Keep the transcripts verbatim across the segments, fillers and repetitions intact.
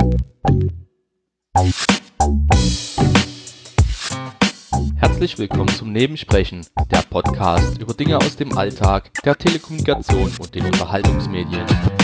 Herzlich willkommen zum Nebensprechen, der Podcast über Dinge aus dem Alltag, der Telekommunikation und den Unterhaltungsmedien.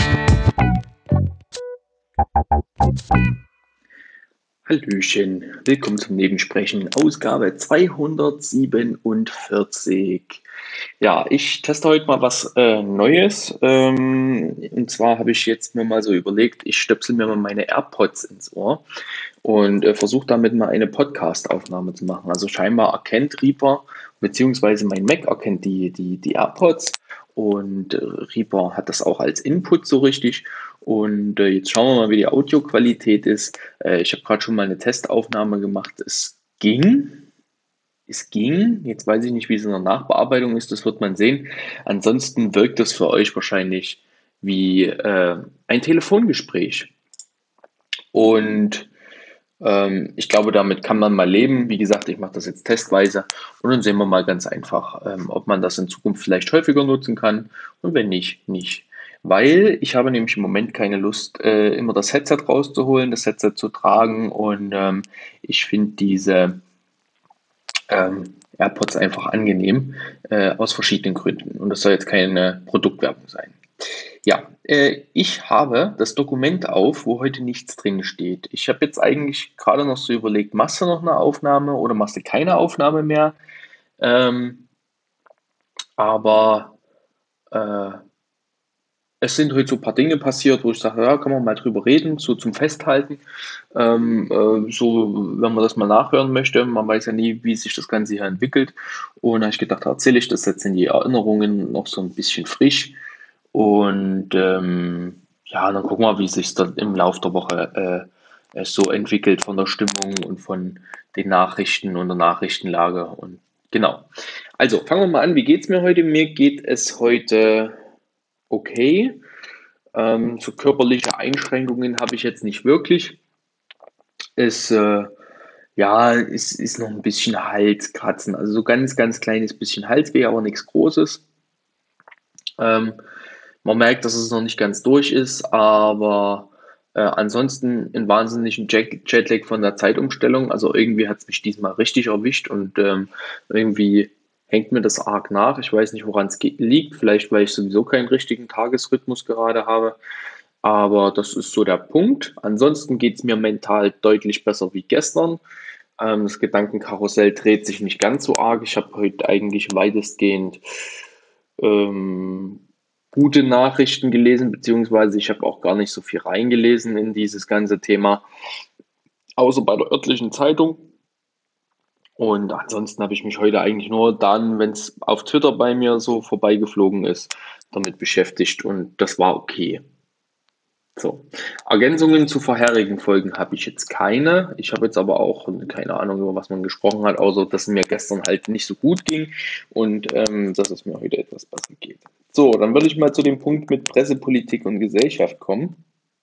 Hallöchen, willkommen zum Nebensprechen, Ausgabe zweihundertsiebenundvierzig. Ja, ich teste heute mal was äh, Neues. Ähm, und zwar habe ich jetzt mir mal so überlegt, ich stöpsel mir mal meine AirPods ins Ohr und äh, versuche damit mal eine Podcast-Aufnahme zu machen. Also scheinbar erkennt Reaper, beziehungsweise mein Mac erkennt die, die, die AirPods und äh, Reaper hat das auch als Input so richtig. Und äh, jetzt schauen wir mal, wie die Audioqualität ist. Äh, ich habe gerade schon mal eine Testaufnahme gemacht. Es ging. Es ging. Jetzt weiß ich nicht, wie es in der Nachbearbeitung ist. Das wird man sehen. Ansonsten wirkt das für euch wahrscheinlich wie äh, ein Telefongespräch. Und ähm, ich glaube, damit kann man mal leben. Wie gesagt, ich mache das jetzt testweise. Und dann sehen wir mal ganz einfach, ähm, ob man das in Zukunft vielleicht häufiger nutzen kann. Und wenn nicht, nicht. Weil ich habe nämlich im Moment keine Lust, äh, immer das Headset rauszuholen, das Headset zu tragen. Und ähm, ich finde diese ähm, AirPods einfach angenehm, äh, aus verschiedenen Gründen. Und das soll jetzt keine Produktwerbung sein. Ja, äh, ich habe das Dokument auf, wo heute nichts drin steht. Ich habe jetzt eigentlich gerade noch so überlegt, machst du noch eine Aufnahme oder machst du keine Aufnahme mehr? Ähm, aber äh, es sind heute so ein paar Dinge passiert, wo ich sage, ja, kann man mal drüber reden, so zum Festhalten. Ähm, äh, so, wenn man das mal nachhören möchte, man weiß ja nie, wie sich das Ganze hier entwickelt. Und da habe ich gedacht, da erzähle ich das jetzt in die Erinnerungen noch so ein bisschen frisch. Und ähm, ja, dann gucken wir, wie sich dann im Laufe der Woche äh, es so entwickelt von der Stimmung und von den Nachrichten und der Nachrichtenlage. Und genau. Also fangen wir mal an. Wie geht's mir heute? Mir geht es heute okay. Ähm, so körperliche Einschränkungen habe ich jetzt nicht wirklich. Es äh, ja, es ist noch ein bisschen Halskratzen. Also so ganz, ganz kleines bisschen Halsweh, aber nichts Großes. Ähm, Man merkt, dass es noch nicht ganz durch ist, aber äh, ansonsten einen wahnsinnigen Jet Jetlag von der Zeitumstellung. Also irgendwie hat es mich diesmal richtig erwischt und ähm, irgendwie hängt mir das arg nach. Ich weiß nicht, woran es liegt. Vielleicht, weil ich sowieso keinen richtigen Tagesrhythmus gerade habe. Aber das ist so der Punkt. Ansonsten geht es mir mental deutlich besser wie gestern. Ähm, das Gedankenkarussell dreht sich nicht ganz so arg. Ich habe heute eigentlich weitestgehend ähm, gute Nachrichten gelesen, beziehungsweise ich habe auch gar nicht so viel reingelesen in dieses ganze Thema, außer bei der örtlichen Zeitung. Und ansonsten habe ich mich heute eigentlich nur dann, wenn es auf Twitter bei mir so vorbeigeflogen ist, damit beschäftigt und das war okay. So. Ergänzungen zu vorherigen Folgen habe ich jetzt keine. Ich habe jetzt aber auch keine Ahnung, über was man gesprochen hat, außer dass es mir gestern halt nicht so gut ging und ähm, dass es mir heute etwas besser geht. So, dann würde ich mal zu dem Punkt mit Presse, Politik und Gesellschaft kommen.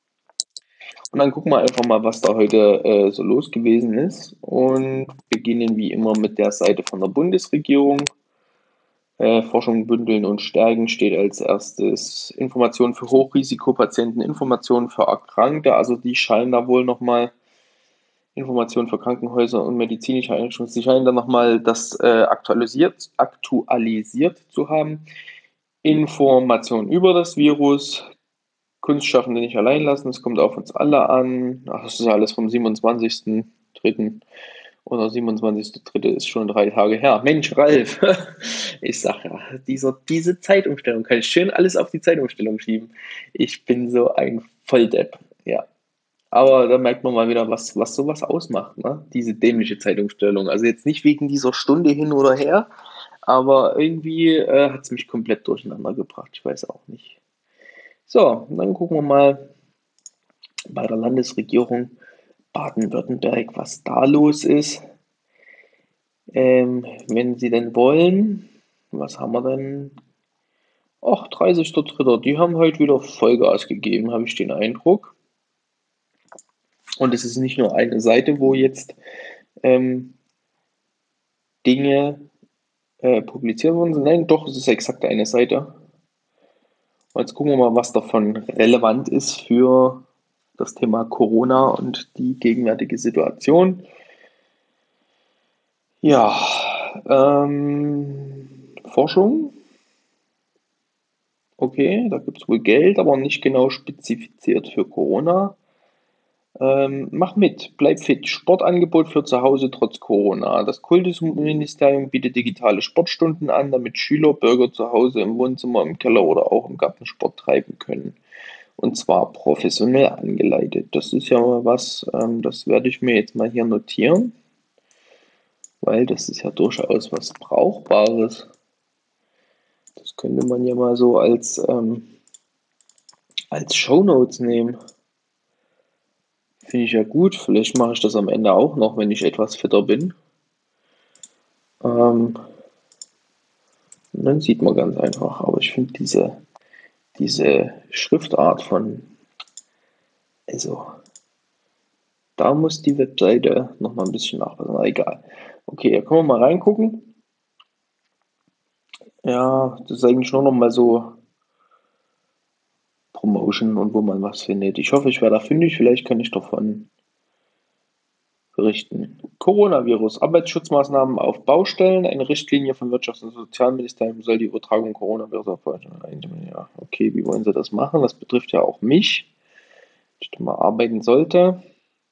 Und dann gucken wir einfach mal, was da heute äh, so los gewesen ist. Und beginnen wie immer mit der Seite von der Bundesregierung. Äh, Forschung bündeln und stärken steht als erstes. Informationen für Hochrisikopatienten, Informationen für Erkrankte, also die scheinen da wohl nochmal, Informationen für Krankenhäuser und medizinische Einrichtungen, die scheinen da nochmal das äh, aktualisiert, aktualisiert zu haben. Informationen über das Virus, Kunstschaffende nicht allein lassen, es kommt auf uns alle an. Ach, das ist alles vom siebenundzwanzigsten dritten oder siebenundzwanzigster dritte ist schon drei Tage her. Mensch, Ralf, ich sag ja, dieser, diese Zeitumstellung kann ich schön alles auf die Zeitumstellung schieben. Ich bin so ein Volldepp, ja. Aber da merkt man mal wieder, was, was sowas ausmacht, ne? Diese dämliche Zeitumstellung. Also jetzt nicht wegen dieser Stunde hin oder her, aber irgendwie äh, hat es mich komplett durcheinander gebracht. Ich weiß auch nicht. So, dann gucken wir mal bei der Landesregierung Baden-Württemberg, was da los ist. Ähm, wenn Sie denn wollen, was haben wir denn? Ach, dreißigster dritter Die haben heute wieder Vollgas gegeben, habe ich den Eindruck. Und es ist nicht nur eine Seite, wo jetzt ähm, Dinge äh, publiziert worden sind. Nein, doch, es ist exakt eine Seite. Und jetzt gucken wir mal, was davon relevant ist für das Thema Corona und die gegenwärtige Situation. Ja, ähm, Forschung, okay, da gibt es wohl Geld, aber nicht genau spezifiziert für Corona. Ähm, mach mit, bleib fit. Sportangebot für zu Hause trotz Corona. Das Kultusministerium bietet digitale Sportstunden an, damit Schüler, Bürger zu Hause im Wohnzimmer, im Keller oder auch im Garten Sport treiben können. Und zwar professionell angeleitet. Das ist ja mal was, ähm, das werde ich mir jetzt mal hier notieren, weil das ist ja durchaus was Brauchbares. Das könnte man ja mal so als, ähm, als Shownotes nehmen. Finde ich ja gut. Vielleicht mache ich das am Ende auch noch, wenn ich etwas fitter bin. Ähm, und dann sieht man ganz einfach. Aber ich finde diese, diese Schriftart von, also, da muss die Webseite noch mal ein bisschen nachpassen. Na, egal. Okay, da können wir mal reingucken. Ja, das ist eigentlich nur noch mal so Promotion und wo man was findet. Ich hoffe, ich werde da fündig. Vielleicht kann ich davon berichten. Coronavirus, Arbeitsschutzmaßnahmen auf Baustellen. Eine Richtlinie vom Wirtschafts- und Sozialministerium soll die Übertragung Coronavirus erfolgen. Ja, okay, wie wollen Sie das machen? Das betrifft ja auch mich, ich da mal arbeiten sollte.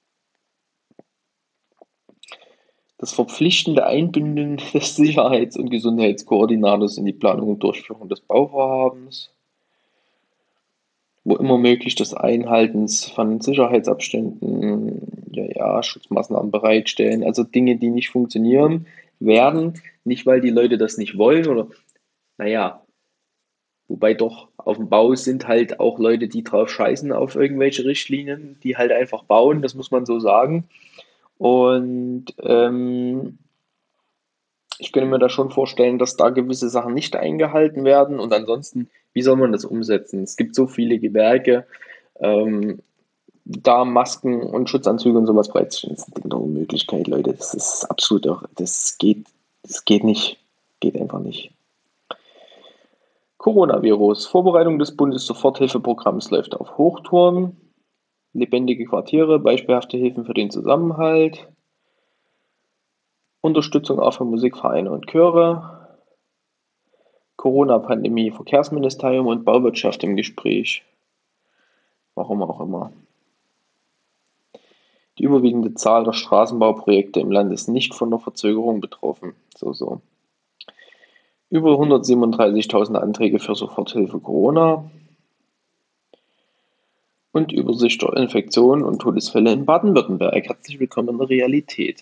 Das verpflichtende Einbinden des Sicherheits- und Gesundheitskoordinators in die Planung und Durchführung des Bauvorhabens, wo immer möglich das Einhaltens von Sicherheitsabständen, ja, ja, Schutzmaßnahmen bereitstellen, also Dinge, die nicht funktionieren werden, nicht weil die Leute das nicht wollen oder, naja, wobei doch auf dem Bau sind halt auch Leute, die drauf scheißen auf irgendwelche Richtlinien, die halt einfach bauen, das muss man so sagen. Und ähm, ich könnte mir da schon vorstellen, dass da gewisse Sachen nicht eingehalten werden. Und ansonsten, wie soll man das umsetzen? Es gibt so viele Gewerke, ähm, da Masken und Schutzanzüge und sowas bereitzustellen, das ist eine Unmöglichkeit, Leute. Das ist absolut auch, das geht, das geht nicht. Geht einfach nicht. Coronavirus. Vorbereitung des Bundes-Soforthilfeprogramms läuft auf Hochtouren. Lebendige Quartiere, beispielhafte Hilfen für den Zusammenhalt. Unterstützung auch für Musikvereine und Chöre. Corona-Pandemie, Verkehrsministerium und Bauwirtschaft im Gespräch. Warum auch immer. Die überwiegende Zahl der Straßenbauprojekte im Land ist nicht von der Verzögerung betroffen. So, so. Über hundertsiebenunddreißigtausend Anträge für Soforthilfe Corona. Und Übersicht der Infektionen und Todesfälle in Baden-Württemberg. Herzlich willkommen in der Realität.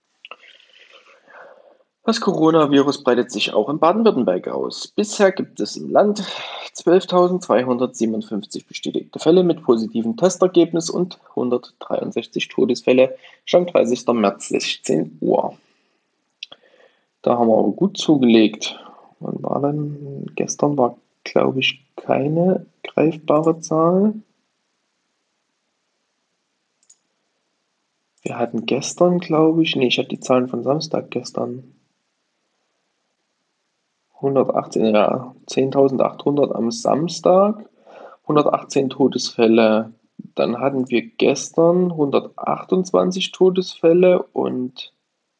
Das Coronavirus breitet sich auch in Baden-Württemberg aus. Bisher gibt es im Land zwölftausendzweihundertsiebenundfünfzig bestätigte Fälle mit positivem Testergebnis und hundertdreiundsechzig Todesfälle, Stand dreißigster März sechzehn Uhr. Da haben wir aber gut zugelegt. Wann war denn? Gestern war, glaube ich, keine greifbare Zahl. Wir hatten gestern, glaube ich, nee, ich hatte die Zahlen von Samstag gestern. hundertachtzehn, ja, zehntausendachthundert am Samstag, hundertachtzehn Todesfälle. Dann hatten wir gestern hundertachtundzwanzig Todesfälle und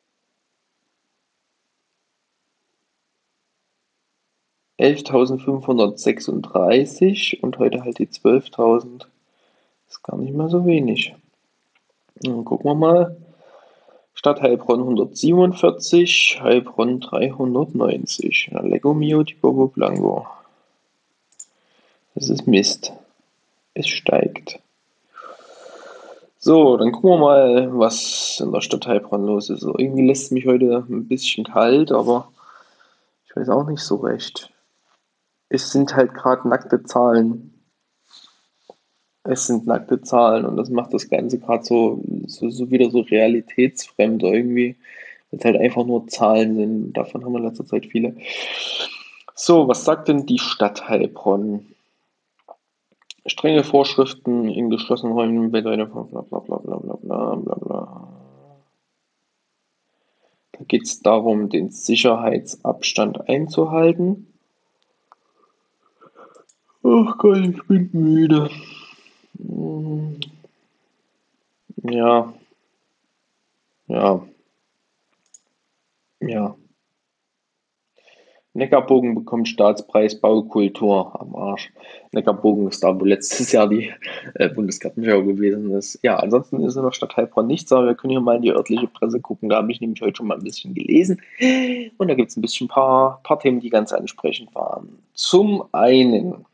elftausendfünfhundertsechsunddreißig und heute halt die zwölftausend. Ist gar nicht mehr so wenig. Dann gucken wir mal. Stadt Heilbronn hundertsiebenundvierzig, Heilbronn dreihundertneunzig. Ja, Lego mio, die Bobo Blanco. Das ist Mist. Es steigt. So, dann gucken wir mal, was in der Stadt Heilbronn los ist. Also irgendwie lässt es mich heute ein bisschen kalt, aber ich weiß auch nicht so recht. Es sind halt gerade nackte Zahlen. Es sind nackte Zahlen und das macht das Ganze gerade so, so, so wieder so realitätsfremd irgendwie, weil es halt einfach nur Zahlen sind. Davon haben wir in letzter Zeit viele. So, was sagt denn die Stadt Heilbronn? Strenge Vorschriften in geschlossenen Räumen, bla bla bla bla bla bla bla bla bla bla. Da geht es darum, den Sicherheitsabstand einzuhalten. Ach Gott, ich bin müde. Ja, ja, ja. Neckarbogen bekommt Staatspreis Baukultur am Arsch. Neckarbogen ist da, wo letztes Jahr die äh, Bundesgartenschau gewesen ist. Ja, ansonsten ist in der Stadt Heilbronn nichts, aber wir können hier mal in die örtliche Presse gucken. Da habe ich nämlich heute schon mal ein bisschen gelesen. Und da gibt es ein bisschen paar, paar Themen, die ganz ansprechend waren. Zum einen,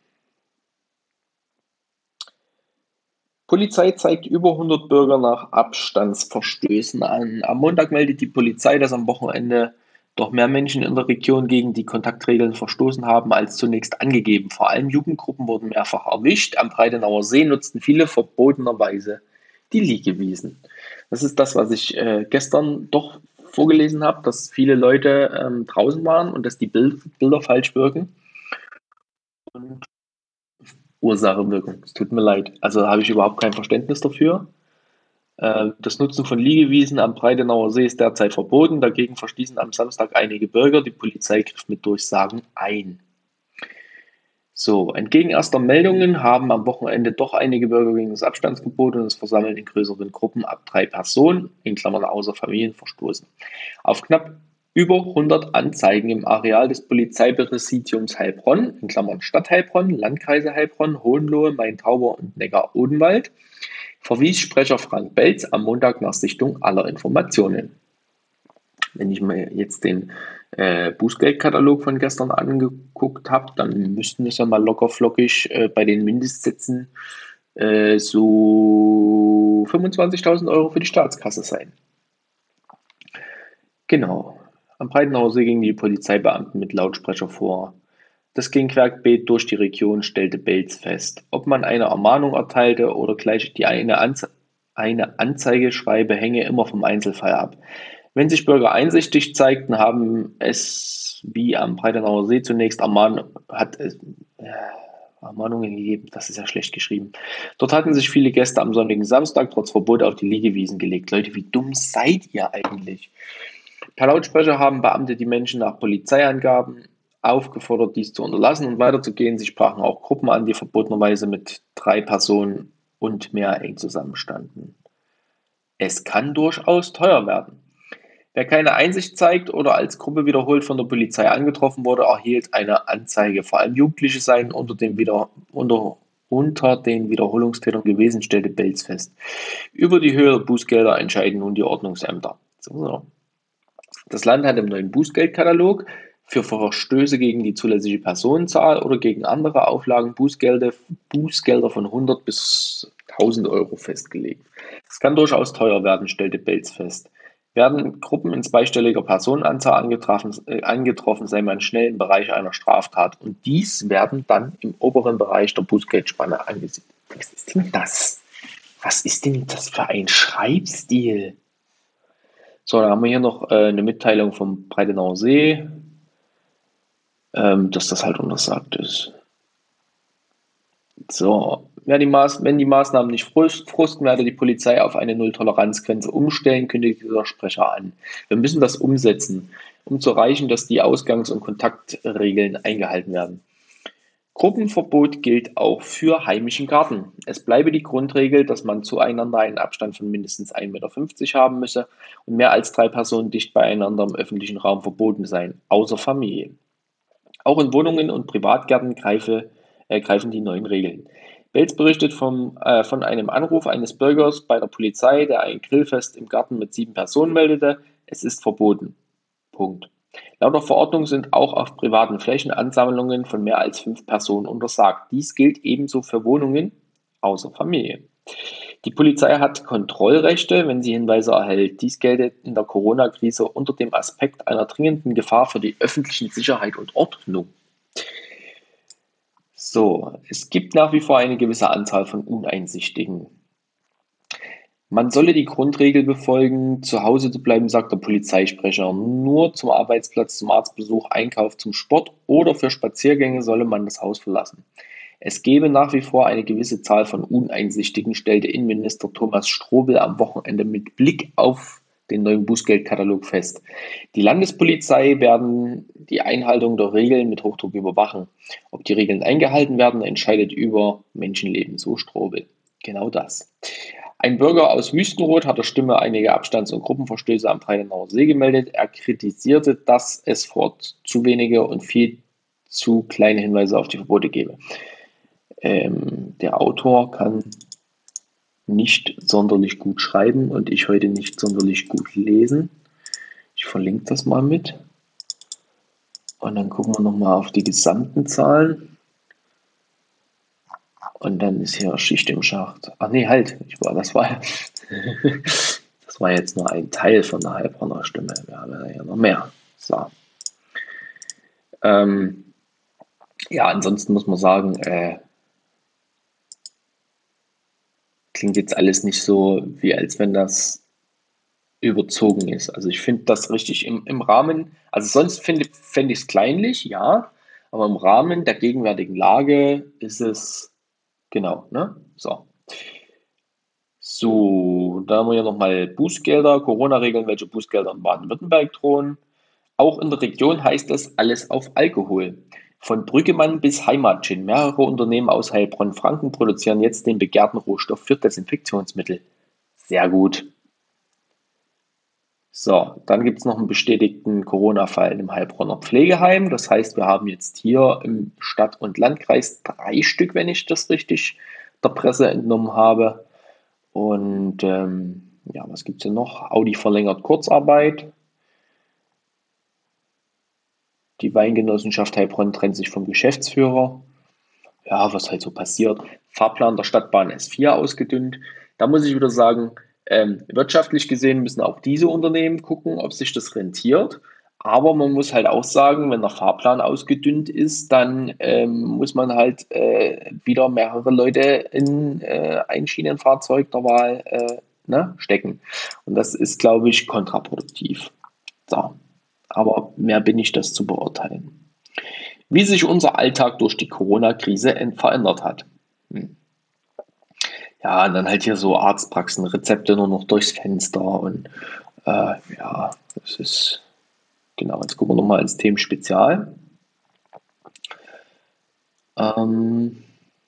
Polizei zeigt über hundert Bürger nach Abstandsverstößen an. Am Montag meldet die Polizei, dass am Wochenende doch mehr Menschen in der Region gegen die Kontaktregeln verstoßen haben als zunächst angegeben. Vor allem Jugendgruppen wurden mehrfach erwischt. Am Breitenauer See nutzten viele verbotenerweise die Liegewiesen. Das ist das, was ich äh, gestern doch vorgelesen habe, dass viele Leute ähm, draußen waren und dass die Bild Bilder falsch wirken. Und Ursache, Wirkung. Es tut mir leid. Also habe ich überhaupt kein Verständnis dafür. Äh, Das Nutzen von Liegewiesen am Breitenauer See ist derzeit verboten. Dagegen verstießen am Samstag einige Bürger. Die Polizei griff mit Durchsagen ein. So, entgegen erster Meldungen haben am Wochenende doch einige Bürger gegen das Abstandsgebot und das Versammeln in größeren Gruppen ab drei Personen, in Klammern außer Familien, verstoßen. Auf knapp über hundert Anzeigen im Areal des Polizeipräsidiums Heilbronn, in Klammern Stadt Heilbronn, Landkreise Heilbronn, Hohenlohe, Main-Tauber und Neckar-Odenwald, verwies Sprecher Frank Belz am Montag nach Sichtung aller Informationen. Wenn ich mir jetzt den äh, Bußgeldkatalog von gestern angeguckt habe, dann müssten es ja mal locker flockig äh, bei den Mindestsätzen äh, so fünfundzwanzigtausend Euro für die Staatskasse sein. Genau. Am Breitenauer See gingen die Polizeibeamten mit Lautsprecher vor. Das ging querbeet durch die Region, stellte Belz fest. Ob man eine Ermahnung erteilte oder gleich die eine, Anze eine Anzeige schreibe, hänge immer vom Einzelfall ab. Wenn sich Bürger einsichtig zeigten, haben es wie am Breitenauer See zunächst Ermahn hat es, äh, Ermahnungen gegeben. Das ist ja schlecht geschrieben. Dort hatten sich viele Gäste am sonnigen Samstag trotz Verbot auf die Liegewiesen gelegt. Leute, wie dumm seid ihr eigentlich? Per Lautsprecher haben Beamte die Menschen nach Polizeiangaben aufgefordert, dies zu unterlassen und weiterzugehen. Sie sprachen auch Gruppen an, die verbotenerweise mit drei Personen und mehr eng zusammenstanden. Es kann durchaus teuer werden. Wer keine Einsicht zeigt oder als Gruppe wiederholt von der Polizei angetroffen wurde, erhielt eine Anzeige. Vor allem Jugendliche seien unter den, Wieder unter, unter den Wiederholungstätern gewesen, stellte Belz fest. Über die Höhe der Bußgelder entscheiden nun die Ordnungsämter. So. Das Land hat im neuen Bußgeldkatalog für Verstöße gegen die zulässige Personenzahl oder gegen andere Auflagen Bußgelder, Bußgelder von hundert bis tausend Euro festgelegt. Es kann durchaus teuer werden, stellte Belz fest. Werden Gruppen in zweistelliger Personenanzahl angetroffen, äh, angetroffen, sei man schnell im Bereich einer Straftat. Und dies werden dann im oberen Bereich der Bußgeldspanne angesiedelt. Was ist denn das? Was ist denn das für ein Schreibstil? So, dann haben wir hier noch äh, eine Mitteilung vom Breitenauer See, ähm, dass das halt untersagt ist. So, ja, die Maß wenn die Maßnahmen nicht frust frusten, werde die Polizei auf eine Null-Toleranz-Grenze umstellen, kündigt dieser Sprecher an. Wir müssen das umsetzen, um zu erreichen, dass die Ausgangs- und Kontaktregeln eingehalten werden. Gruppenverbot gilt auch für heimischen Garten. Es bleibe die Grundregel, dass man zueinander einen Abstand von mindestens ein Meter fünfzig haben müsse und mehr als drei Personen dicht beieinander im öffentlichen Raum verboten seien, außer Familie. Auch in Wohnungen und Privatgärten greife, äh, greifen die neuen Regeln. Belz berichtet vom, äh, von einem Anruf eines Bürgers bei der Polizei, der ein Grillfest im Garten mit sieben Personen meldete. Es ist verboten. Punkt. Laut der Verordnung sind auch auf privaten Flächen Ansammlungen von mehr als fünf Personen untersagt. Dies gilt ebenso für Wohnungen außer Familie. Die Polizei hat Kontrollrechte, wenn sie Hinweise erhält. Dies gelte in der Corona-Krise unter dem Aspekt einer dringenden Gefahr für die öffentliche Sicherheit und Ordnung. So, es gibt nach wie vor eine gewisse Anzahl von Uneinsichtigen. Man solle die Grundregel befolgen, zu Hause zu bleiben, sagt der Polizeisprecher. Nur zum Arbeitsplatz, zum Arztbesuch, Einkauf, zum Sport oder für Spaziergänge solle man das Haus verlassen. Es gebe nach wie vor eine gewisse Zahl von Uneinsichtigen, stellte Innenminister Thomas Strobel am Wochenende mit Blick auf den neuen Bußgeldkatalog fest. Die Landespolizei werden die Einhaltung der Regeln mit Hochdruck überwachen. Ob die Regeln eingehalten werden, entscheidet über Menschenleben, so Strobel. Genau das. Ein Bürger aus Wüstenrot hat der Stimme einige Abstands- und Gruppenverstöße am Breitenauer See gemeldet. Er kritisierte, dass es vor Ort zu wenige und viel zu kleine Hinweise auf die Verbote gebe. Ähm, der Autor kann nicht sonderlich gut schreiben und ich heute nicht sonderlich gut lesen. Ich verlinke das mal mit. Und dann gucken wir nochmal auf die gesamten Zahlen. Und dann ist hier Schicht im Schacht. Ach nee, halt. Ich war, das war das war jetzt nur ein Teil von der Heilbronner-Stimme. Wir haben ja hier noch mehr. So. Ähm, ja, ansonsten muss man sagen, äh, klingt jetzt alles nicht so, wie als wenn das überzogen ist. Also ich finde das richtig im, im Rahmen, also sonst finde fände ich es kleinlich, ja, aber im Rahmen der gegenwärtigen Lage ist es genau, ne? So. So, da haben wir ja nochmal Bußgelder, Corona-Regeln, welche Bußgelder in Baden-Württemberg drohen. Auch in der Region heißt es alles auf Alkohol. Von Brüggemann bis Heimatgin. Mehrere Unternehmen aus Heilbronn-Franken produzieren jetzt den begehrten Rohstoff für Desinfektionsmittel. Sehr gut. So, dann gibt es noch einen bestätigten Corona-Fall im Heilbronner Pflegeheim. Das heißt, wir haben jetzt hier im Stadt- und Landkreis drei Stück, wenn ich das richtig der Presse entnommen habe. Und ähm, ja, was gibt es hier noch? Audi verlängert Kurzarbeit. Die Weingenossenschaft Heilbronn trennt sich vom Geschäftsführer. Ja, was halt so passiert. Fahrplan der Stadtbahn S vier ausgedünnt. Da muss ich wieder sagen, ähm, wirtschaftlich gesehen müssen auch diese Unternehmen gucken, ob sich das rentiert. Aber man muss halt auch sagen, wenn der Fahrplan ausgedünnt ist, dann ähm, muss man halt äh, wieder mehrere Leute in äh, ein Schienenfahrzeug der Wahl äh, ne, stecken. Und das ist, glaube ich, kontraproduktiv. So. Aber mehr bin ich das zu beurteilen. Wie sich unser Alltag durch die Corona-Krise verändert hat. Hm. Ja, und dann halt hier so Arztpraxen, Rezepte nur noch durchs Fenster und äh, ja, das ist genau. Jetzt gucken wir nochmal ins Themenspezial. Ähm,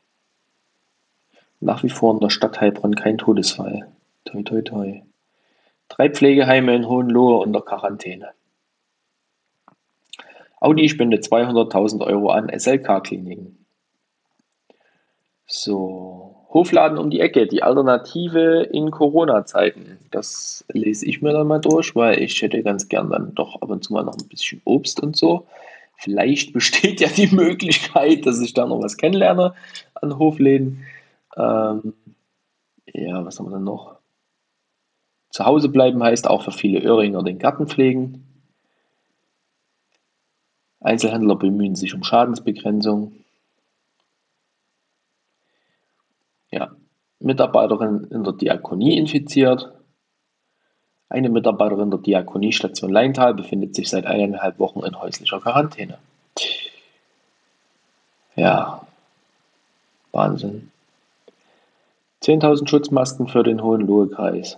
nach wie vor in der Stadt Heilbronn kein Todesfall. Toi, toi, toi. Drei Pflegeheime in Hohenlohe unter Quarantäne. Audi spendet zweihunderttausend Euro an S L K-Kliniken. So, Hofladen um die Ecke, die Alternative in Corona-Zeiten. Das lese ich mir dann mal durch, weil ich hätte ganz gern dann doch ab und zu mal noch ein bisschen Obst und so. Vielleicht besteht ja die Möglichkeit, dass ich da noch was kennenlerne an Hofläden. Ähm, ja, was haben wir dann noch? Zu Hause bleiben heißt auch für viele Öhringer den Garten pflegen. Einzelhändler bemühen sich um Schadensbegrenzung. Ja, Mitarbeiterin in der Diakonie infiziert. Eine Mitarbeiterin der Diakoniestation Leintal befindet sich seit eineinhalb Wochen in häuslicher Quarantäne. Ja, Wahnsinn. zehntausend Schutzmasken für den Hohenlohe-Kreis.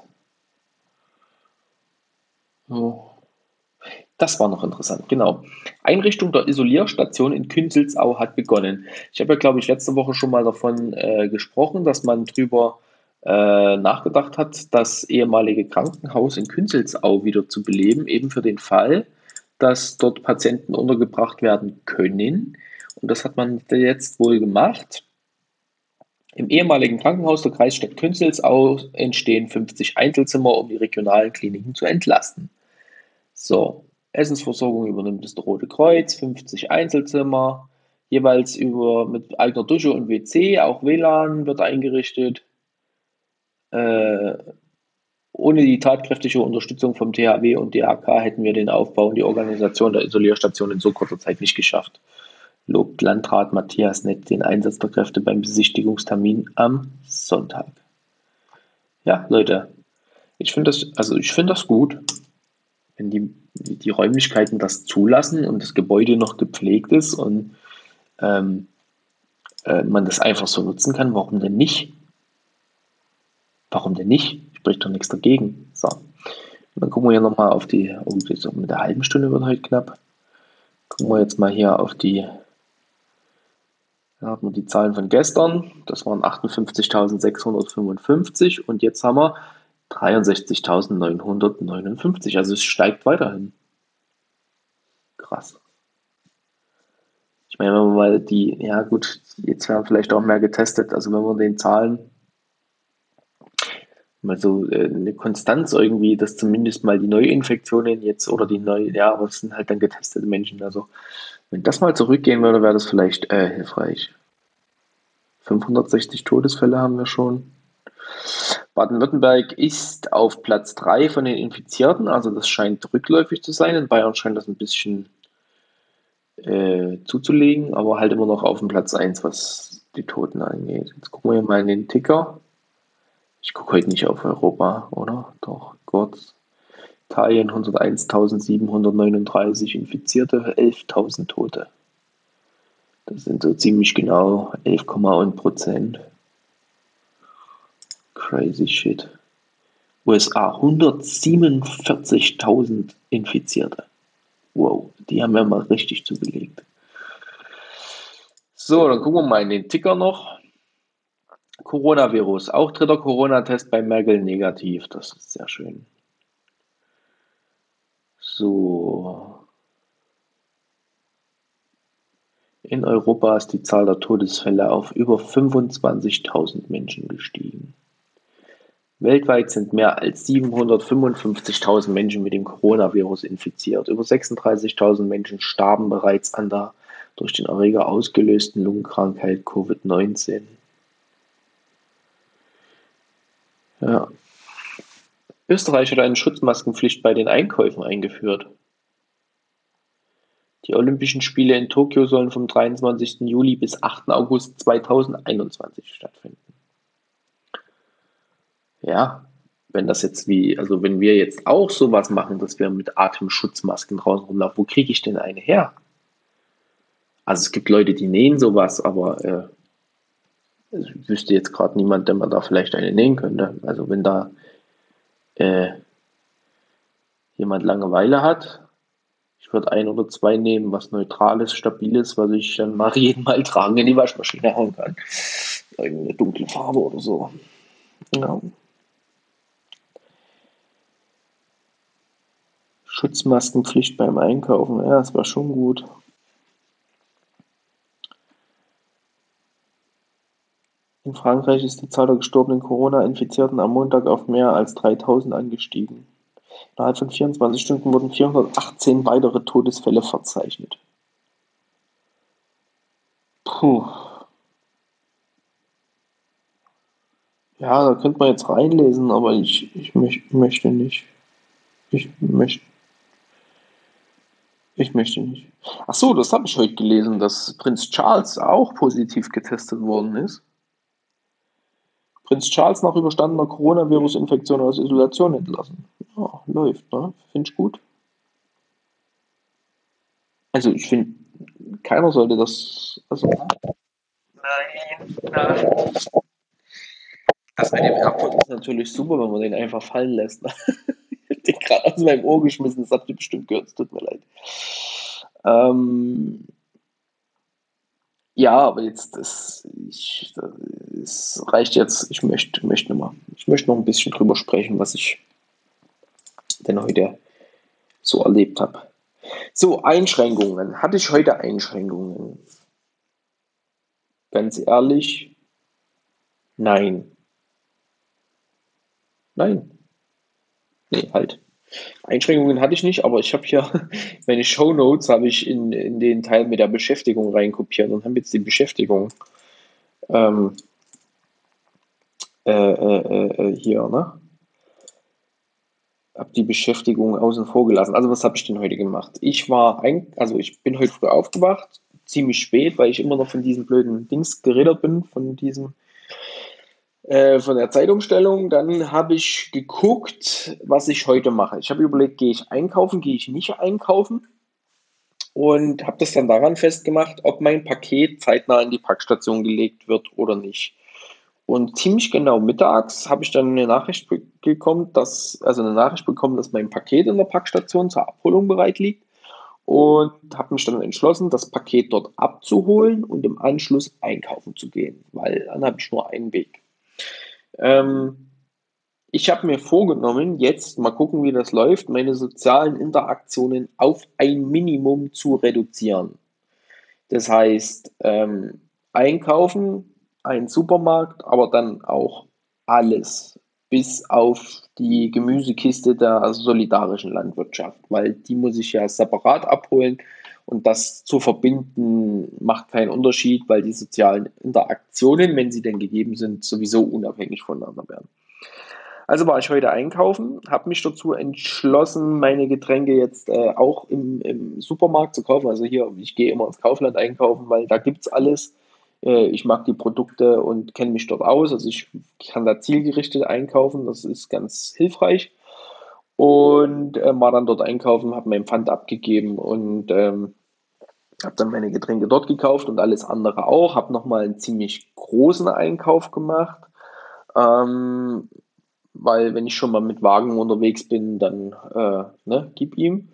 Oh, das war noch interessant, genau. Einrichtung der Isolierstation in Künzelsau hat begonnen. Ich habe ja, glaube ich, letzte Woche schon mal davon äh, gesprochen, dass man drüber äh, nachgedacht hat, das ehemalige Krankenhaus in Künzelsau wieder zu beleben, eben für den Fall, dass dort Patienten untergebracht werden können. Und das hat man jetzt wohl gemacht. Im ehemaligen Krankenhaus der Kreisstadt Künzelsau entstehen fünfzig Einzelzimmer, um die regionalen Kliniken zu entlasten. So, Essensversorgung übernimmt das Rote Kreuz, fünfzig Einzelzimmer, jeweils über mit eigener Dusche und W C, auch W L A N wird eingerichtet. Äh, ohne die tatkräftige Unterstützung vom T H W und D H K hätten wir den Aufbau und die Organisation der Isolierstation in so kurzer Zeit nicht geschafft, lobt Landrat Matthias Nett den Einsatz der Kräfte beim Besichtigungstermin am Sonntag. Ja, Leute, ich finde das, also ich finde das gut, wenn die, die Räumlichkeiten das zulassen und das Gebäude noch gepflegt ist und ähm, äh, man das einfach so nutzen kann. Warum denn nicht? Warum denn nicht? Spricht doch nichts dagegen. So. Und dann gucken wir hier nochmal auf die, oh, jetzt mit der halben Stunde wird heute knapp. Gucken wir jetzt mal hier auf die Da haben wir die Zahlen von gestern, das waren achtundfünfzigtausendsechshundertfünfundfünfzig und jetzt haben wir dreiundsechzigtausendneunhundertneunundfünfzig. Also es steigt weiterhin. Krass. Ich meine, wenn man mal die, ja gut, jetzt werden vielleicht auch mehr getestet, also wenn man den Zahlen mal so äh, eine Konstanz irgendwie, dass zumindest mal die Neuinfektionen jetzt oder die neu, ja, aber es sind halt dann getestete Menschen. Also wenn das mal zurückgehen würde, wäre das vielleicht äh, hilfreich. fünfhundertsechzig Todesfälle haben wir schon. Baden-Württemberg ist auf Platz drei von den Infizierten, also das scheint rückläufig zu sein. In Bayern scheint das ein bisschen äh, zuzulegen, aber halt immer noch auf dem Platz eins, was die Toten angeht. Jetzt gucken wir mal in den Ticker. Ich gucke heute nicht auf Europa, oder? Doch, kurz. Italien hunderteinstausendsiebenhundertneununddreißig Infizierte, elftausend Tote. Das sind so ziemlich genau elf Komma eins Prozent. Crazy shit. U S A hundertsiebenundvierzigtausend Infizierte. Wow, die haben ja mal richtig zugelegt. So, dann gucken wir mal in den Ticker noch. Coronavirus, auch dritter Corona-Test bei Merkel negativ. Das ist sehr schön. So. In Europa ist die Zahl der Todesfälle auf über fünfundzwanzigtausend Menschen gestiegen. Weltweit sind mehr als siebenhundertfünfundfünfzigtausend Menschen mit dem Coronavirus infiziert. Über sechsunddreißigtausend Menschen starben bereits an der durch den Erreger ausgelösten Lungenkrankheit Covid neunzehn. Ja. Österreich hat eine Schutzmaskenpflicht bei den Einkäufen eingeführt. Die Olympischen Spiele in Tokio sollen vom dreiundzwanzigsten Juli bis achten August zweitausendeinundzwanzig stattfinden. Ja, wenn das jetzt wie, also wenn wir jetzt auch sowas machen, dass wir mit Atemschutzmasken draußen rumlaufen, wo kriege ich denn eine her? Also es gibt Leute, die nähen sowas, aber äh, ich wüsste jetzt gerade niemand, der man da vielleicht eine nähen könnte. Also wenn da äh, jemand Langeweile hat, ich würde ein oder zwei nehmen, was Neutrales, Stabiles, was ich dann mal jeden Mal tragen in die Waschmaschine hauen kann. Irgendeine dunkle Farbe oder so. Ja. Schutzmaskenpflicht beim Einkaufen, ja, das war schon gut. In Frankreich ist die Zahl der gestorbenen Corona-Infizierten am Montag auf mehr als dreitausend angestiegen. Innerhalb von vierundzwanzig Stunden wurden vierhundertachtzehn weitere Todesfälle verzeichnet. Puh. Ja, da könnte man jetzt reinlesen, aber ich, ich möch, möchte nicht. Ich möchte, ich möchte nicht. Ach so, das habe ich heute gelesen, dass Prinz Charles auch positiv getestet worden ist. Prinz Charles nach überstandener Coronavirus-Infektion aus Isolation entlassen. Ja, läuft, ne? Finde ich gut. Also ich finde, keiner sollte das. Also, nein, nein. Das mit dem AirPod ist natürlich super, wenn man den einfach fallen lässt. Ich hab den gerade aus meinem Ohr geschmissen, das habt ihr bestimmt gehört, es tut mir leid. Ähm, ja, aber jetzt, das, ich, das reicht jetzt. Ich möchte, möchte, noch mal, ich möchte noch ein bisschen drüber sprechen, was ich denn heute so erlebt habe. So, Einschränkungen. Hatte ich heute Einschränkungen? Ganz ehrlich, nein. Nein. Nee, halt. Einschränkungen hatte ich nicht, aber ich habe hier meine Shownotes habe ich in, in den Teil mit der Beschäftigung reinkopiert und habe jetzt die Beschäftigung ähm, äh, äh, äh, hier, ne? Habe die Beschäftigung außen vor gelassen. Also was habe ich denn heute gemacht? Ich war ein, also ich bin heute früh aufgewacht, ziemlich spät, weil ich immer noch von diesen blöden Dings geredet bin, von diesem äh, von der Zeitumstellung. Dann habe ich geguckt, was ich heute mache. Ich habe überlegt, gehe ich einkaufen, gehe ich nicht einkaufen und habe das dann daran festgemacht, ob mein Paket zeitnah in die Packstation gelegt wird oder nicht. Und ziemlich genau mittags habe ich dann eine Nachricht bekommen, dass, also eine Nachricht bekommen, dass mein Paket in der Packstation zur Abholung bereit liegt. und habe mich dann entschlossen, das Paket dort abzuholen und im Anschluss einkaufen zu gehen, weil dann habe ich nur einen Weg. Ähm, Ich habe mir vorgenommen, jetzt mal gucken, wie das läuft, meine sozialen Interaktionen auf ein Minimum zu reduzieren. Das heißt, ähm, einkaufen, ein Supermarkt, aber dann auch alles, bis auf die Gemüsekiste der solidarischen Landwirtschaft, weil die muss ich ja separat abholen und das zu verbinden macht keinen Unterschied, weil die sozialen Interaktionen, wenn sie denn gegeben sind, sowieso unabhängig voneinander werden. Also war ich heute einkaufen, habe mich dazu entschlossen, meine Getränke jetzt äh, auch im, im Supermarkt zu kaufen. Also hier, ich gehe immer ins Kaufland einkaufen, weil da gibt's alles. Äh, ich mag die Produkte und kenne mich dort aus. Also ich kann da zielgerichtet einkaufen, das ist ganz hilfreich. Und äh, war dann dort einkaufen, habe mein Pfand abgegeben und ähm, habe dann meine Getränke dort gekauft und alles andere auch. Habe nochmal einen ziemlich großen Einkauf gemacht. Ähm, Weil wenn ich schon mal mit Wagen unterwegs bin, dann äh, ne, gib ihm.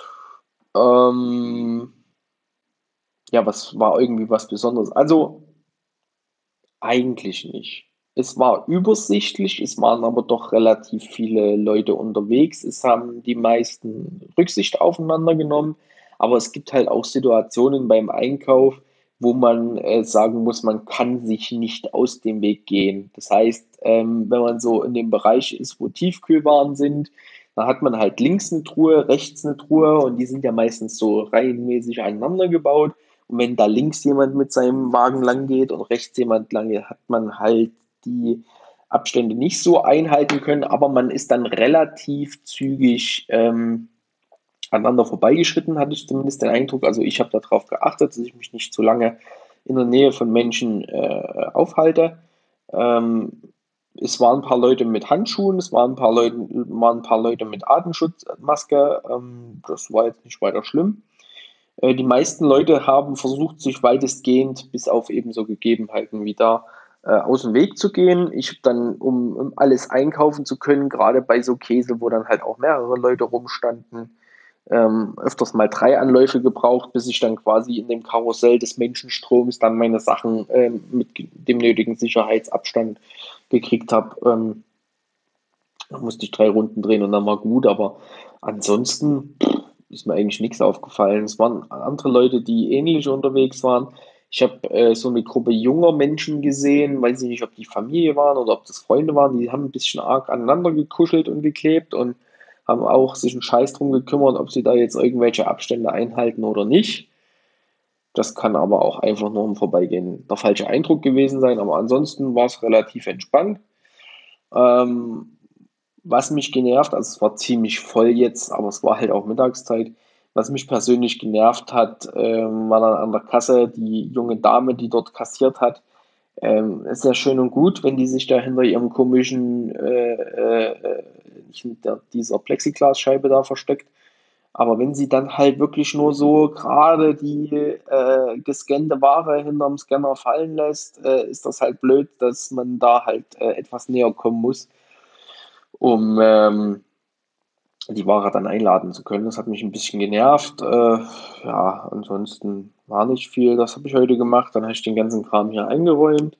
Ähm, ja, was war irgendwie was Besonderes? Also eigentlich nicht. Es war übersichtlich, es waren aber doch relativ viele Leute unterwegs. Es haben die meisten Rücksicht aufeinander genommen, aber es gibt halt auch Situationen beim Einkauf, wo man äh, sagen muss, man kann sich nicht aus dem Weg gehen. Das heißt, ähm, wenn man so in dem Bereich ist, wo Tiefkühlwaren sind, dann hat man halt links eine Truhe, rechts eine Truhe und die sind ja meistens so reihenmäßig aneinander gebaut. Und wenn da links jemand mit seinem Wagen lang geht und rechts jemand lang geht, hat man halt die Abstände nicht so einhalten können, aber man ist dann relativ zügig ähm, aneinander vorbeigeschritten, hatte ich zumindest den Eindruck. Also ich habe darauf geachtet, dass ich mich nicht zu lange in der Nähe von Menschen äh, aufhalte. Ähm, Es waren ein paar Leute mit Handschuhen, es waren ein paar Leute, waren ein paar Leute mit Atemschutzmaske. Ähm, das war jetzt nicht weiter schlimm. Äh, die meisten Leute haben versucht, sich weitestgehend bis auf eben so Gegebenheiten wie da äh, aus dem Weg zu gehen. Ich habe dann, um, um alles einkaufen zu können, gerade bei so Käse, wo dann halt auch mehrere Leute rumstanden, ähm, öfters mal drei Anläufe gebraucht, bis ich dann quasi in dem Karussell des Menschenstroms dann meine Sachen ähm, mit dem nötigen Sicherheitsabstand gekriegt habe. Ähm, da musste ich drei Runden drehen und dann war gut, aber ansonsten pff, ist mir eigentlich nichts aufgefallen. Es waren andere Leute, die ähnlich unterwegs waren. Ich habe äh, so eine Gruppe junger Menschen gesehen, weiß ich nicht, ob die Familie waren oder ob das Freunde waren, die haben ein bisschen arg aneinander gekuschelt und geklebt und haben auch sich einen Scheiß drum gekümmert, ob sie da jetzt irgendwelche Abstände einhalten oder nicht. Das kann aber auch einfach nur im Vorbeigehen der falsche Eindruck gewesen sein, aber ansonsten war es relativ entspannt. Ähm, Was mich genervt, also es war ziemlich voll jetzt, aber es war halt auch Mittagszeit. Was mich persönlich genervt hat, ähm, war dann an der Kasse die junge Dame, die dort kassiert hat. Ähm, ist ja schön und gut, wenn die sich da hinter ihrem komischen, äh, äh, äh, hinter dieser Plexiglasscheibe da versteckt. Aber wenn sie dann halt wirklich nur so gerade die äh, gescannte Ware hinterm Scanner fallen lässt, äh, ist das halt blöd, dass man da halt äh, etwas näher kommen muss, um ähm, die Ware dann einladen zu können. Das hat mich ein bisschen genervt. Äh, ja, ansonsten war nicht viel. Das habe ich heute gemacht. Dann habe ich den ganzen Kram hier eingeräumt.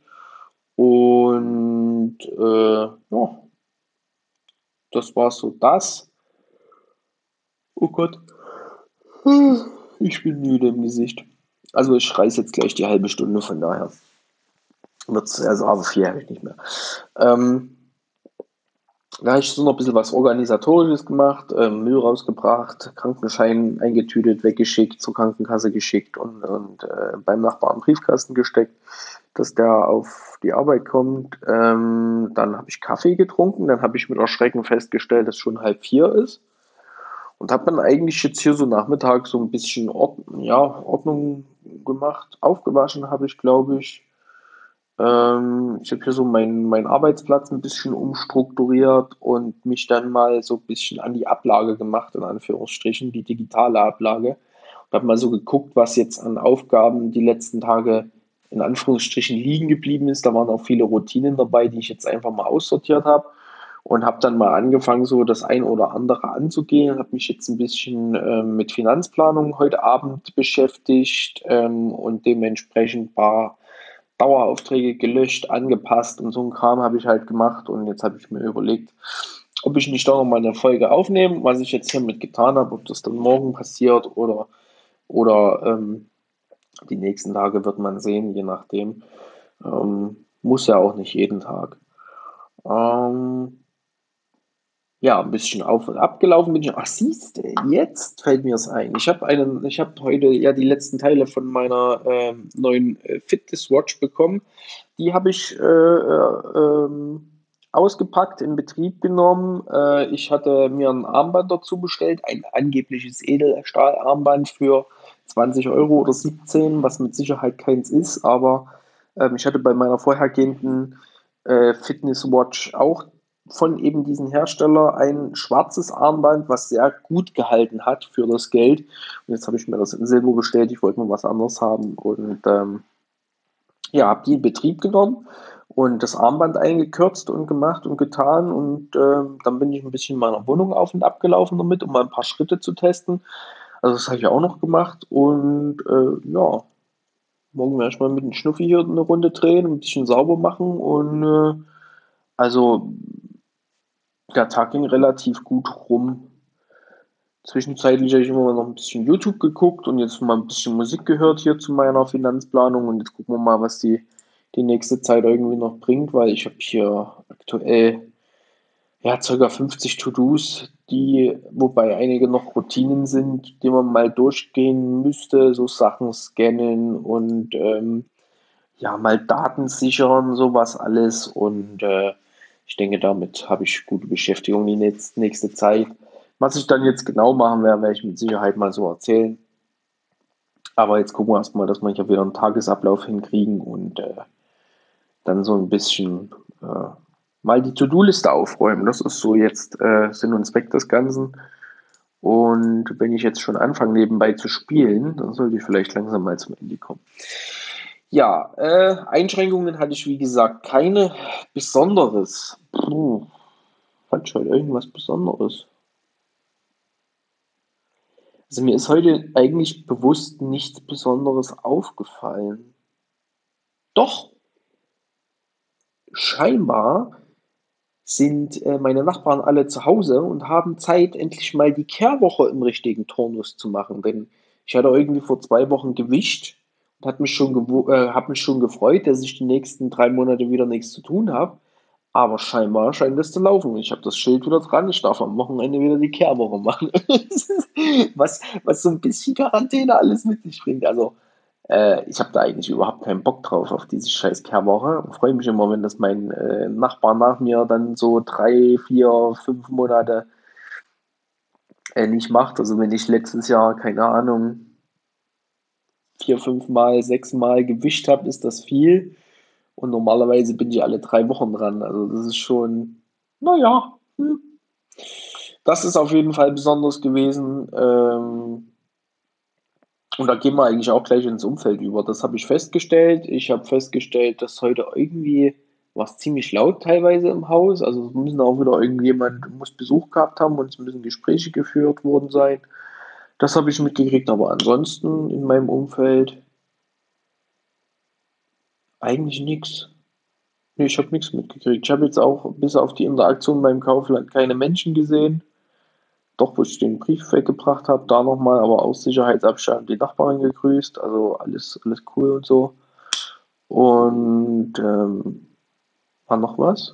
Und äh, ja, das war so das. Oh Gott, ich bin müde im Gesicht. Also ich reise jetzt gleich die halbe Stunde, von daher wird's, also aber vier habe ich nicht mehr. Ähm, Da habe ich so noch ein bisschen was Organisatorisches gemacht, ähm, Müll rausgebracht, Krankenschein eingetütet, weggeschickt, zur Krankenkasse geschickt und, und äh, beim Nachbarn einen Briefkasten gesteckt, dass der auf die Arbeit kommt. Ähm, dann habe ich Kaffee getrunken, dann habe ich mit Erschrecken festgestellt, dass schon halb vier ist und habe dann eigentlich jetzt hier so Nachmittag so ein bisschen Ord ja, Ordnung gemacht. Aufgewaschen habe ich, glaube ich. Ähm, ich habe hier so meinen meinen Arbeitsplatz ein bisschen umstrukturiert und mich dann mal so ein bisschen an die Ablage gemacht, in Anführungsstrichen, die digitale Ablage. Und habe mal so geguckt, was jetzt an Aufgaben die letzten Tage in Anführungsstrichen liegen geblieben ist. Da waren auch viele Routinen dabei, die ich jetzt einfach mal aussortiert habe. und habe dann mal angefangen, so das ein oder andere anzugehen, habe mich jetzt ein bisschen ähm, mit Finanzplanung heute Abend beschäftigt ähm, und dementsprechend ein paar Daueraufträge gelöscht, angepasst und so ein Kram habe ich halt gemacht und jetzt habe ich mir überlegt, ob ich nicht doch noch mal eine Folge aufnehme, was ich jetzt hiermit getan habe, ob das dann morgen passiert oder, oder ähm, die nächsten Tage wird man sehen, je nachdem. Ähm, muss ja auch nicht jeden Tag. Ähm, ja, ein bisschen auf und ab gelaufen bin ich. Ach, siehst du, jetzt fällt mir es ein. Ich habe einen, ich habe heute ja die letzten Teile von meiner ähm, neuen äh, Fitness Watch bekommen. Die habe ich äh, äh, ähm, ausgepackt, in Betrieb genommen. Äh, ich hatte mir ein Armband dazu bestellt, ein angebliches Edelstahlarmband für zwanzig Euro oder siebzehn, was mit Sicherheit keins ist, aber ähm, ich hatte bei meiner vorhergehenden äh, Fitness Watch auch von eben diesem Hersteller ein schwarzes Armband, was sehr gut gehalten hat für das Geld. Und jetzt habe ich mir das in Silber bestellt. Ich wollte mal was anderes haben und ähm, ja, habe die in Betrieb genommen und das Armband eingekürzt und gemacht und getan. Und ähm, dann bin ich ein bisschen in meiner Wohnung auf und ab gelaufen damit, um mal ein paar Schritte zu testen. Also das habe ich auch noch gemacht. Und äh, ja, morgen werde ich mal mit dem Schnuffi hier eine Runde drehen, ein bisschen sauber machen. Und äh, also der Tag ging relativ gut rum. Zwischenzeitlich habe ich immer noch ein bisschen YouTube geguckt und jetzt mal ein bisschen Musik gehört hier zu meiner Finanzplanung und jetzt gucken wir mal, was die, die nächste Zeit irgendwie noch bringt, weil ich habe hier aktuell ja ca. fünfzig To-Dos, die, wobei einige noch Routinen sind, die man mal durchgehen müsste, so Sachen scannen und ähm, ja, mal Daten sichern, sowas alles. Und äh, ich denke, damit habe ich gute Beschäftigung die nächste, nächste Zeit. Was ich dann jetzt genau machen werde, werde ich mit Sicherheit mal so erzählen. Aber jetzt gucken wir erstmal, dass wir hier wieder einen Tagesablauf hinkriegen und äh, dann so ein bisschen äh, mal die To-Do-Liste aufräumen. Das ist so jetzt äh, Sinn und Zweck des Ganzen. Und wenn ich jetzt schon anfange, nebenbei zu spielen, dann sollte ich vielleicht langsam mal zum Ende kommen. Ja, äh, Einschränkungen hatte ich wie gesagt keine. Besonderes. Puh, fand ich heute irgendwas Besonderes? Also mir ist heute eigentlich bewusst nichts Besonderes aufgefallen. Doch, scheinbar sind äh, meine Nachbarn alle zu Hause und haben Zeit, endlich mal die Kehrwoche im richtigen Turnus zu machen. Denn ich hatte irgendwie vor zwei Wochen gewischt und hat mich schon gewo- äh, hab mich schon gefreut, dass ich die nächsten drei Monate wieder nichts zu tun habe. Aber scheinbar scheint es zu laufen. Ich habe das Schild wieder dran. Ich darf am Wochenende wieder die Kehrwoche machen. was, was so ein bisschen Quarantäne alles mit sich bringt. Also, äh, ich habe da eigentlich überhaupt keinen Bock drauf, auf diese scheiß Kehrwoche. Und freue mich immer, wenn das mein äh, Nachbar nach mir dann so drei, vier, fünf Monate äh, nicht macht. Also, wenn ich letztes Jahr, keine Ahnung, vier, fünf Mal, sechs Mal gewischt habe, ist das viel. Und normalerweise bin ich alle drei Wochen dran. Also das ist schon, naja, hm. Das ist auf jeden Fall besonders gewesen. Ähm, und da gehen wir eigentlich auch gleich ins Umfeld über. Das habe ich festgestellt. Ich habe festgestellt, dass heute irgendwie war es ziemlich laut teilweise im Haus. Also es müssen auch wieder irgendjemand muss Besuch gehabt haben und es müssen Gespräche geführt worden sein. Das habe ich mitgekriegt, aber ansonsten in meinem Umfeld eigentlich nichts. Nee, ich habe nichts mitgekriegt. Ich habe jetzt auch bis auf die Interaktion beim Kaufland keine Menschen gesehen. Doch, wo ich den Brief weggebracht habe, da nochmal, aber aus Sicherheitsabstand die Nachbarin gegrüßt. Also alles, alles cool und so. Und ähm, war noch was?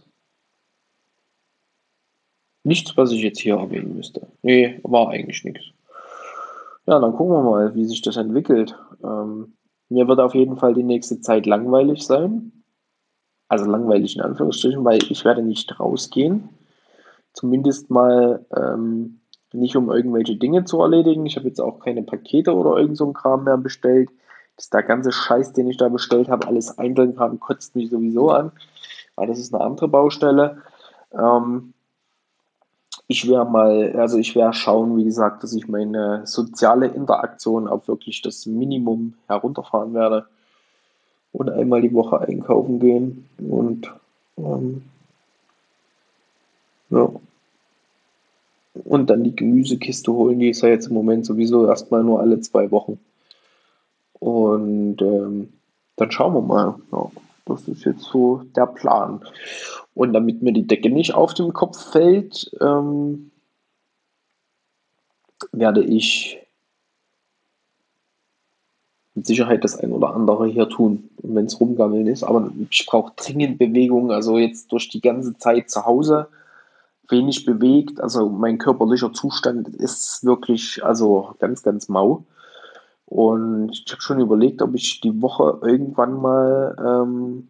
Nichts, was ich jetzt hier erwähnen müsste. Nee, war eigentlich nichts. Ja, dann gucken wir mal, wie sich das entwickelt. Ähm, mir wird auf jeden Fall die nächste Zeit langweilig sein. Also langweilig in Anführungsstrichen, weil ich werde nicht rausgehen. Zumindest mal ähm, nicht um irgendwelche Dinge zu erledigen. Ich habe jetzt auch keine Pakete oder irgend so ein Kram mehr bestellt. Das der ganze Scheiß, den ich da bestellt habe, alles einzeln haben, kotzt mich sowieso an. Aber das ist eine andere Baustelle. Ähm, ich werde mal, also ich werde schauen, wie gesagt, dass ich meine soziale Interaktion auf wirklich das Minimum herunterfahren werde und einmal die Woche einkaufen gehen. Und ähm, Ja. Und dann die Gemüsekiste holen, die ist ja jetzt im Moment sowieso erstmal nur alle zwei Wochen. Und ähm, dann schauen wir mal. Ja, das ist jetzt so der Plan. Und damit mir die Decke nicht auf den Kopf fällt, ähm, werde ich mit Sicherheit das ein oder andere hier tun, wenn es rumgammeln ist. Aber ich brauche dringend Bewegung. Also jetzt durch die ganze Zeit zu Hause wenig bewegt. Also mein körperlicher Zustand ist wirklich also ganz, ganz mau. Und ich habe schon überlegt, ob ich die Woche irgendwann mal ähm,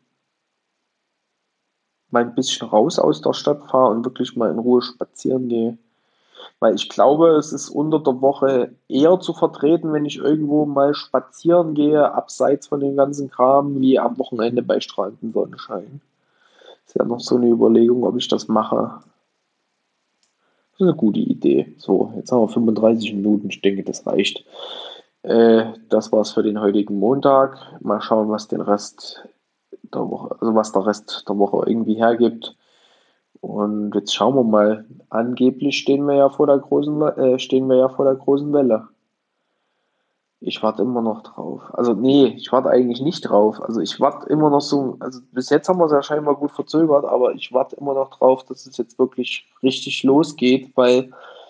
mal ein bisschen raus aus der Stadt fahre und wirklich mal in Ruhe spazieren gehe. Weil ich glaube, es ist unter der Woche eher zu vertreten, wenn ich irgendwo mal spazieren gehe, abseits von dem ganzen Kram, wie am Wochenende bei strahlendem Sonnenschein. Ist ja noch so eine Überlegung, ob ich das mache. Das ist eine gute Idee. So, jetzt haben wir fünfunddreißig Minuten. Ich denke, das reicht. Äh, das war's für den heutigen Montag. Mal schauen, was den Rest der Woche, also was der Rest der Woche irgendwie hergibt. Und jetzt schauen wir mal. Angeblich stehen wir ja vor der großen, We- äh, stehen wir ja vor der großen Welle. Ich warte immer noch drauf. Also nee, ich warte eigentlich nicht drauf. Also ich warte immer noch so, also bis jetzt haben wir es ja scheinbar gut verzögert, aber ich warte immer noch drauf, dass es jetzt wirklich richtig losgeht, weil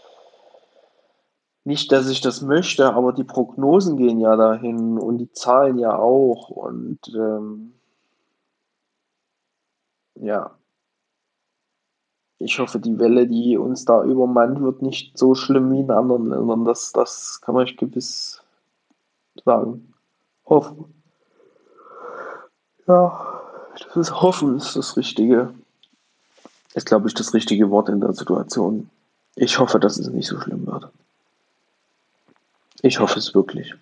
nicht, dass ich das möchte, aber die Prognosen gehen ja dahin und die Zahlen ja auch. Und ähm, ja, ich hoffe, die Welle, die uns da übermannt, wird nicht so schlimm wie in anderen Ländern. Das, das kann man gewiss sagen. Hoffen. Ja, das ist Hoffen ist das Richtige. Ist, glaube ich, das richtige Wort in der Situation. Ich hoffe, dass es nicht so schlimm wird. Ich hoffe es wirklich.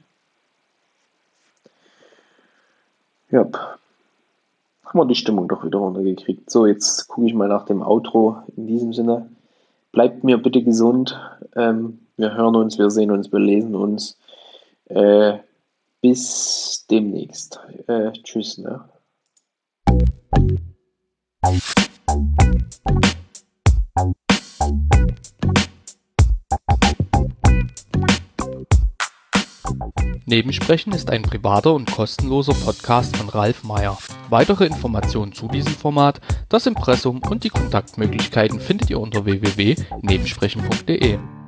Ja, haben wir die Stimmung doch wieder runtergekriegt. So, jetzt gucke ich mal nach dem Outro. In diesem Sinne, bleibt mir bitte gesund. Ähm, wir hören uns, wir sehen uns, wir lesen uns. Äh, bis demnächst. Äh, tschüss, ne? Nebensprechen ist ein privater und kostenloser Podcast von Ralf Meyer. Weitere Informationen zu diesem Format, das Impressum und die Kontaktmöglichkeiten findet ihr unter w w w punkt nebensprechen punkt de.